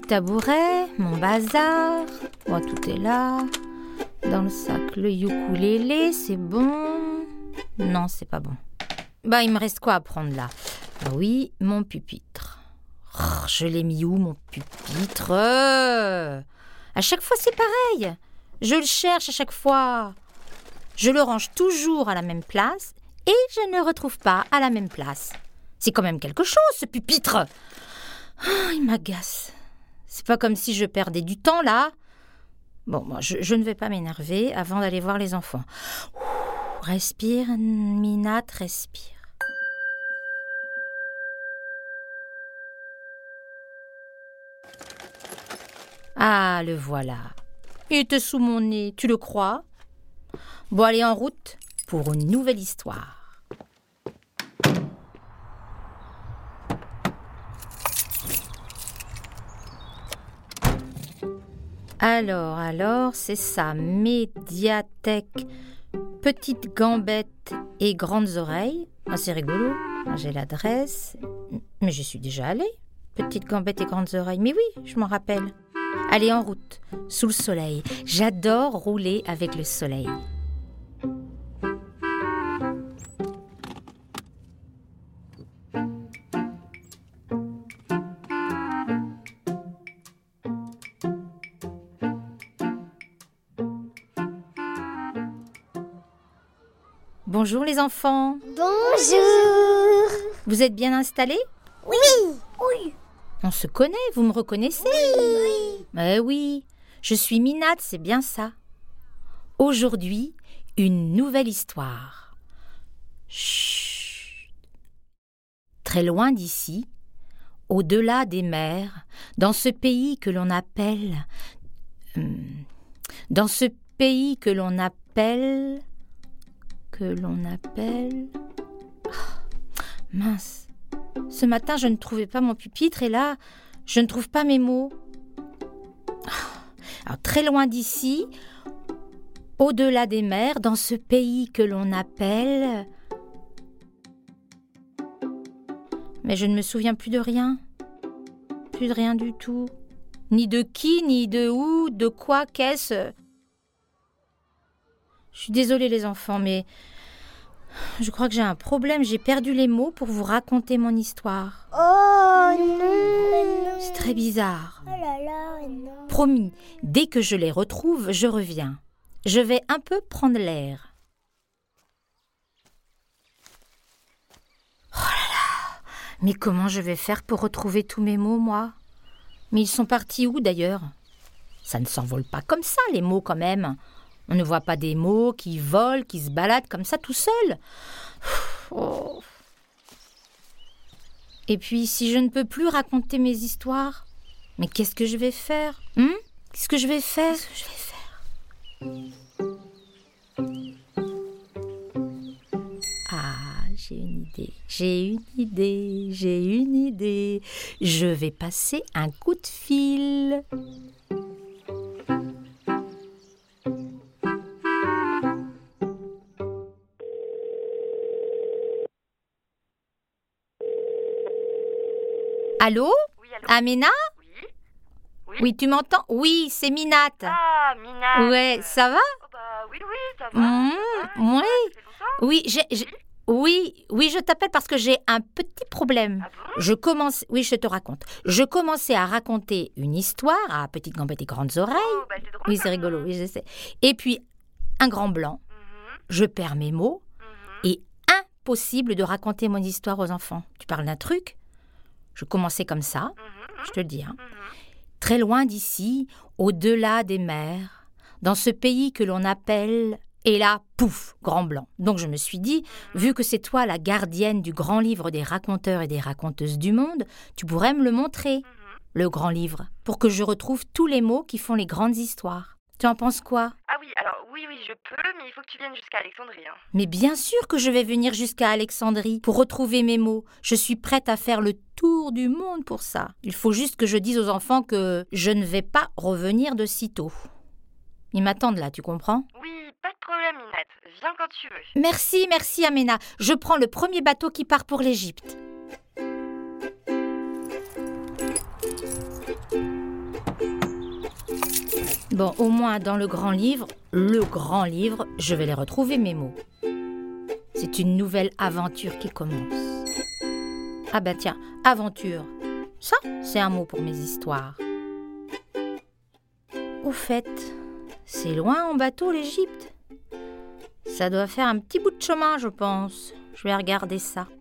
tabouret, mon bazar. Bon, tout est là. Dans le sac, le ukulélé, c'est bon. Non, c'est pas bon. Bah, il me reste quoi à prendre là? Ah oui, mon pupitre. Oh, je l'ai mis où, mon pupitre? À chaque fois, c'est pareil. Je le cherche à chaque fois. Je le range toujours à la même place et je ne le retrouve pas à la même place. C'est quand même quelque chose, ce pupitre. Oh, il m'agace. C'est pas comme si je perdais du temps, là. Bon, moi, je ne vais pas m'énerver avant d'aller voir les enfants. Ouh, respire, Minate, respire. Ah, le voilà. Il était sous mon nez, tu le crois? Bon, allez, en route pour une nouvelle histoire. Alors, c'est ça, médiathèque, petite gambette et grandes oreilles. Ah, c'est rigolo, j'ai l'adresse. Mais j'y suis déjà allée, petite gambette et grandes oreilles. Mais oui, je m'en rappelle. Allez, en route, sous le soleil. J'adore rouler avec le soleil. Bonjour les enfants. Bonjour. Vous êtes bien installés? Oui. Oui. On se connaît, vous me reconnaissez? Oui. Eh oui, je suis Minate, c'est bien ça. Aujourd'hui, une nouvelle histoire. Chut. Très loin d'ici, au-delà des mers, dans ce pays que l'on appelle... Mince. Ce matin, je ne trouvais pas mon pupitre et là, je ne trouve pas mes mots. Alors, très loin d'ici, au-delà des mers, dans ce pays que l'on appelle... Mais je ne me souviens plus de rien. Plus de rien du tout. Ni de qui, ni de où, de quoi, qu'est-ce... Je suis désolée les enfants, mais je crois que j'ai un problème. J'ai perdu les mots pour vous raconter mon histoire. Oh non. C'est très bizarre. Oh là là, non. Promis, dès que je les retrouve, je reviens. Je vais un peu prendre l'air. Oh là là, mais comment je vais faire pour retrouver tous mes mots, moi? Mais ils sont partis où d'ailleurs? Ça ne s'envole pas comme ça, les mots quand même. On ne voit pas des mots qui volent, qui se baladent comme ça tout seuls. Oh. Et puis, si je ne peux plus raconter mes histoires, mais qu'est-ce que je vais faire? Qu'est-ce que je vais faire? Ah, j'ai une idée. Je vais passer un coup de fil. Allô? Oui, allô? Amena? Oui. Oui, tu m'entends? Oui, c'est Minate. Ah, Mina. Ouais, ça va? Oh, bah, oui, ça va. Oui. Ça fait longtemps? Oui, je t'appelle parce que j'ai un petit problème. Ah bon? Oui, je te raconte. Je commençais à raconter une histoire à Petite Gambette et Grandes Oreilles. Oh, bah, c'est drôle. Oui, c'est rigolo, oui, je sais. Et puis, un grand blanc. Je perds mes mots et impossible de raconter mon histoire aux enfants. Tu parles d'un truc? Je commençais comme ça, je te le dis. Très loin d'ici, au-delà des mers, dans ce pays que l'on appelle... Et là, pouf, grand blanc. Donc je me suis dit, vu que c'est toi la gardienne du grand livre des raconteurs et des raconteuses du monde, tu pourrais me le montrer, le grand livre, pour que je retrouve tous les mots qui font les grandes histoires. Tu en penses quoi? Ah oui, alors oui, je peux, mais il faut que tu viennes jusqu'à Alexandrie. Mais bien sûr que je vais venir jusqu'à Alexandrie pour retrouver mes mots. Je suis prête à faire le tour du monde pour ça. Il faut juste que je dise aux enfants que je ne vais pas revenir de sitôt. Ils m'attendent là, tu comprends? Oui, pas de problème, Minette. Viens quand tu veux. Merci, Amena. Je prends le premier bateau qui part pour l'Égypte. Bon, au moins dans le grand livre, je vais les retrouver mes mots. C'est une nouvelle aventure qui commence. Ah bah tiens, aventure. Ça, c'est un mot pour mes histoires. Au fait, c'est loin en bateau l'Égypte. Ça doit faire un petit bout de chemin, je pense. Je vais regarder ça.